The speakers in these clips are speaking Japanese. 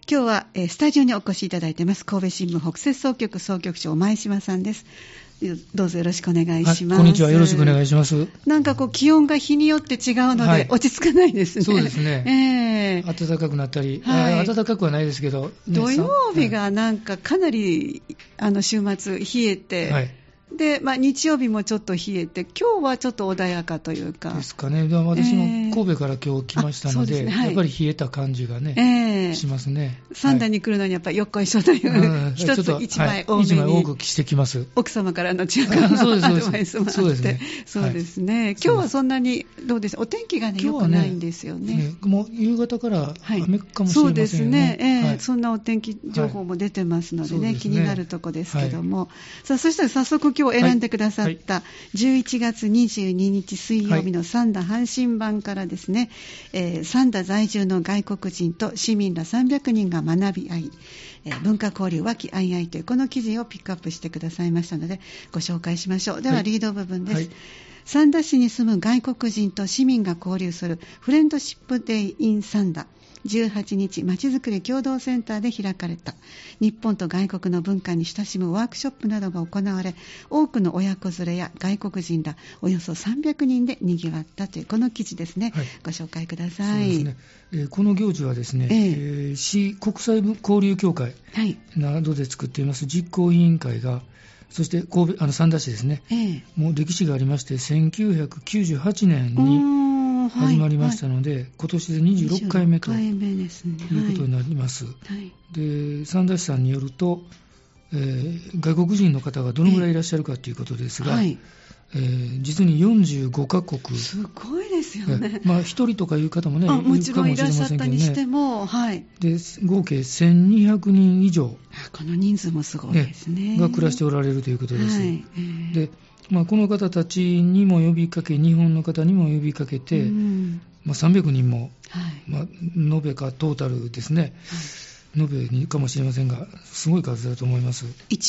今日は、スタジオにお越しいただいています神戸新聞北摂総局総局長前島さんです。どうぞよろしくお願いします。 こんにちは、よろしくお願いします。 なんか気温が日によって違うので、落ち着かないですね。 そうですね、暖かくなったり、暖かくはないですけど、ね、 土曜日がなんかかなり週末冷えて、で日曜日もちょっと冷えて、今日はちょっと穏やかというかですかね。私も神戸から今日来ましたので、やっぱり冷えた感じがね、しますね。 三田に来るのにやっぱりよっこいしょという、一つ一枚多めに、 一枚多くしてきます。 奥様からの中間のアドバイスもあって、そうですね。今日はそんなにどうです？お天気がね良くないんですよね。 もう夕方から雨かもしれませんよね。 そうですね。そんなお天気情報も出てますのでね、気になるとこですけども、さあそしたら早速今日選んでくださった11月22日水曜日の三田阪神版からですね、三田在住の外国人と市民ら300人が学び合い、文化交流和気あいあいというこの記事をピックアップしてくださいましたのでご紹介しましょう。ではリード部分です。三田市に住む外国人と市民が交流するフレンドシップデイ in 三田、18日まちづくり共同センターで開かれた日本と外国の文化に親しむワークショップなどが行われ、多くの親子連れや外国人らおよそ300人でにぎわったというこの記事ですね、ご紹介ください。 そうですね、この行事はですね、市国際交流協会などで作っています実行委員会が、そして神戸三田市ですね、もう歴史がありまして1998年に始まりましたので、今年で26回目ということになります。で、三田市さんによると、外国人の方がどのぐらいいらっしゃるかということですが、実に45カ国、 すごいですよね。 1人とかいう方もね、 もちろんいらっしゃったにしても、 で合計1200人以上、 この人数もすごいですね、 が暮らしておられるということです。でこの方たちにも呼びかけ、日本の方にも呼びかけて、300人も、延べかトータルですね、延べにかもしれませんが、すごい数だと思います。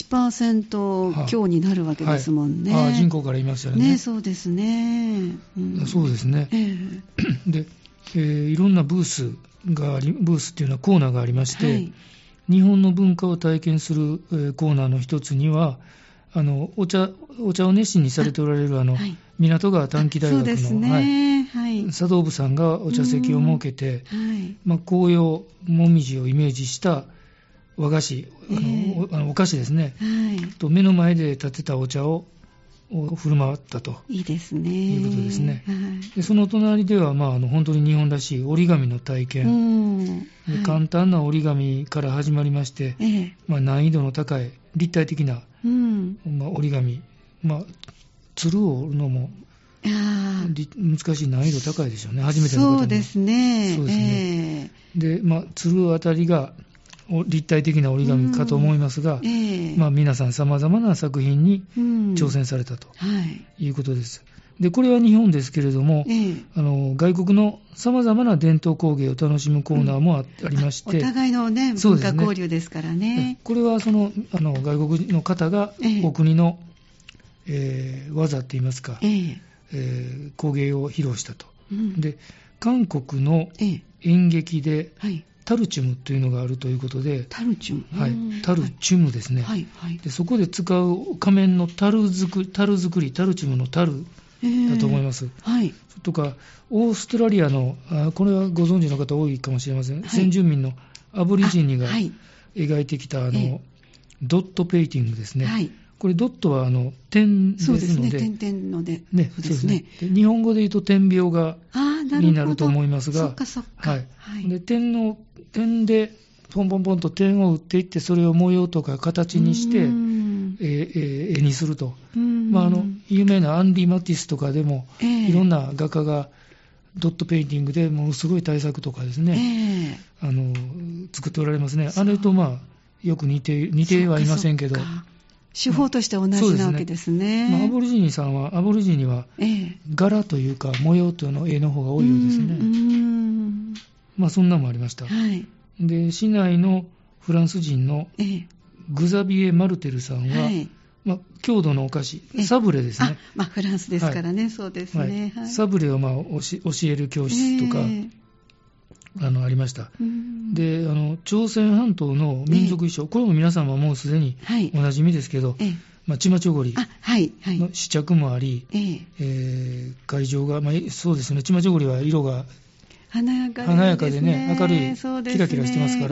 1% 強になるわけですもんね。 人口から言いますよね。 そうですね、 そうですね。で、いろんなブースっていうのはコーナーがありまして、日本の文化を体験する、コーナーの一つにはお茶を熱心にされておられる港川短期大学の、茶道部さんがお茶席を設けて、紅葉もみじをイメージした和菓子、お菓子ですね、と目の前で立てたお茶を振る舞ったということですね。でその隣では、本当に日本らしい折り紙の体験、簡単な折り紙から始まりまして、難易度の高い立体的な、折り紙、鶴を折るのも難しい、難易度高いでしょうね、初めての方に。 そうですね。 で、鶴あたりが立体的な折り紙かと思いますが、皆さん様々な作品に挑戦されたということです。でこれは日本ですけれども、外国の様々な伝統工芸を楽しむコーナーもありまして、 お互いの、文化交流ですからね。 これは外国の方がお国の、技といいますか、工芸を披露したと。で韓国の演劇で、タルチュムというのがあるということで、 タルチュム、 タルチュムですね。でそこで使う仮面のタル作り、タルチュムのタルだと思います。とかオーストラリアのこれはご存知の方多いかもしれません、先住民のアボリジニが描いてきたドットペイティングですね。これドットは点ですので、 点ので、 日本語で言うと点描画になると思いますが、で点でポンポンポンと点を打っていって、それを模様とか形にして絵にすると。有名なアンリ・マティスとかでも、いろんな画家がドットペインティングでものすごい大作とかですね、作っておられますね。あれとよく似てはいませんけど、 手法として同じなわけですね。 アボリジニは柄というか模様というの絵の方が多いようですね。そんなのもありました。で市内のフランス人のグザビエ・マルテルさんは、郷土のお菓子、サブレですね。 フランスですからね、そうですね。 サブレを教える教室とか、 ありました。で、朝鮮半島の民族衣装、これも皆さんはもうすでにおなじみですけど、チマチョゴリの試着もあり、会場が、そうですね、チマチョゴリは色が華やかでね、明るい、キラキラしてますから、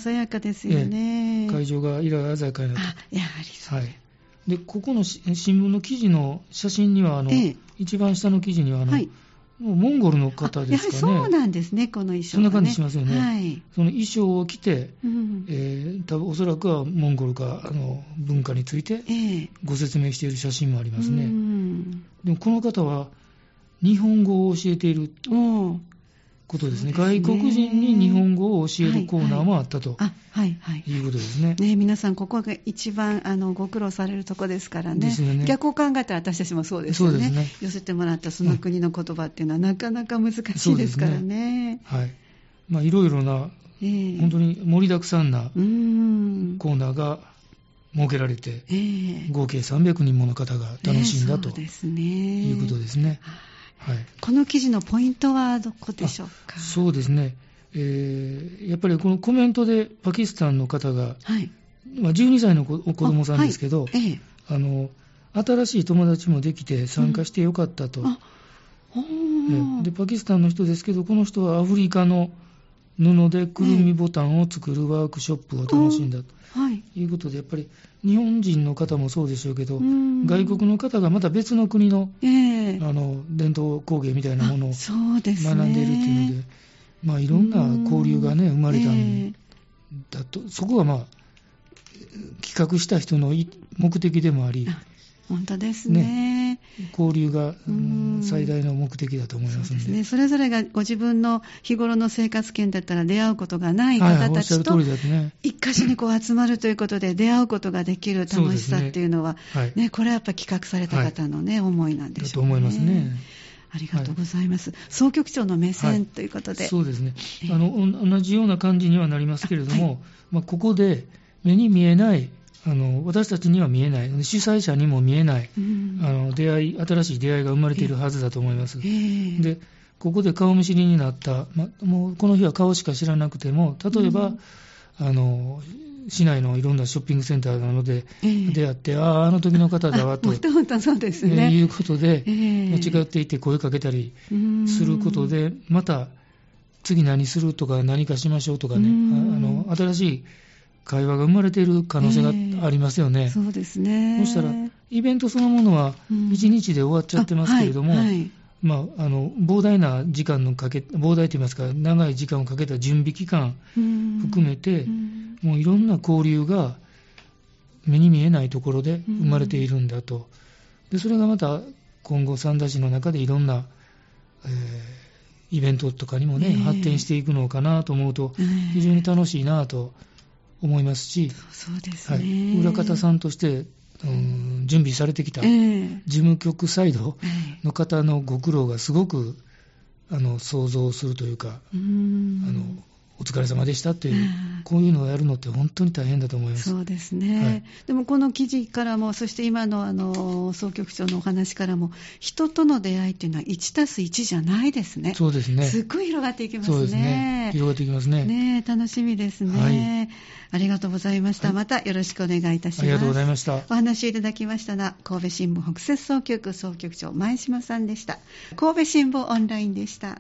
鮮やかですよね。 会場が色が鮮やかになって、 やはりそう。 で、ここの新聞の記事の写真には、一番下の記事には、もうモンゴルの方ですかね。 そうなんですね、この衣装、 そんな感じしますよね。その衣装を着て、多分おそらくはモンゴルか文化についてご説明している写真もありますね。でもこの方は日本語を教えていることですね。外国人に日本語を教えるコーナーもあったということですね。 皆さんここが一番ご苦労されるところですからね。逆を考えたら私たちもそうですよね。寄せてもらったその国の言葉っていうのはなかなか難しいですからね。 いろいろな、本当に盛りだくさんなコーナーが設けられて、合計300人もの方が楽しんだということですね。 この記事のポイントはどこでしょうか。 そうですね、やっぱりこのコメントでパキスタンの方が、12歳の子供さんですけど、新しい友達もできて参加してよかったと、でパキスタンの人ですけど、この人はアフリカの布でくるみボタンを作るワークショップを楽しんだということで、やっぱり日本人の方もそうでしょうけど、外国の方がまた別の国の、伝統工芸みたいなものを学んでいるというので、いろんな交流がね生まれたんだと、そこが企画した人の目的でもあり、 本当ですね。 交流が最大の目的だと思いますので。 そうですね。それぞれがご自分の日頃の生活圏だったら出会うことがない方たちと一箇所に集まるということで出会うことができる楽しさっていうのは、これはやっぱり企画された方のね、思いなんでしょうね。だと思いますね。ありがとうございます。総局長の目線ということで。 そうですね。同じような感じにはなりますけれども、ここで目に見えない私たちには見えない、主催者にも見えない、新しい出会いが生まれているはずだと思います。で、ここで顔見知りになった、もうこの日は顔しか知らなくても、例えば、市内のいろんなショッピングセンターなので出会って、あの時の方だわと、 そうですね、 いうことで、間違っていて声かけたりすることで、また次何するとか何かしましょうとかね、新しい会話が生まれている可能性がありますよね。 そうですね。 そしたらイベントそのものは1日で終わっちゃってますけれども、膨大な時間の膨大といいますか長い時間をかけた準備期間含めて、もういろんな交流が目に見えないところで生まれているんだと。でそれがまた今後三田市の中でいろんな、イベントとかにもね、発展していくのかなと思うと非常に楽しいなと思いますし、 そうですね。 裏方さんとして、準備されてきた事務局サイドの方のご苦労がすごく想像するというか、お疲れ様でしたという、こういうのをやるのって本当に大変だと思います。 そうですね、でもこの記事からも、そして今の総局長のお話からも、人との出会いというのは 1+1 じゃないですね。 そうですね。 すっごい広がっていきますね。 そうですね。広がっていきますね。 楽しみですね。ありがとうございました。またよろしくお願いいたします。 ありがとうございました。 お話いただきましたのは、神戸新聞北摂総局総局長前島さんでした。神戸新聞オンラインでした。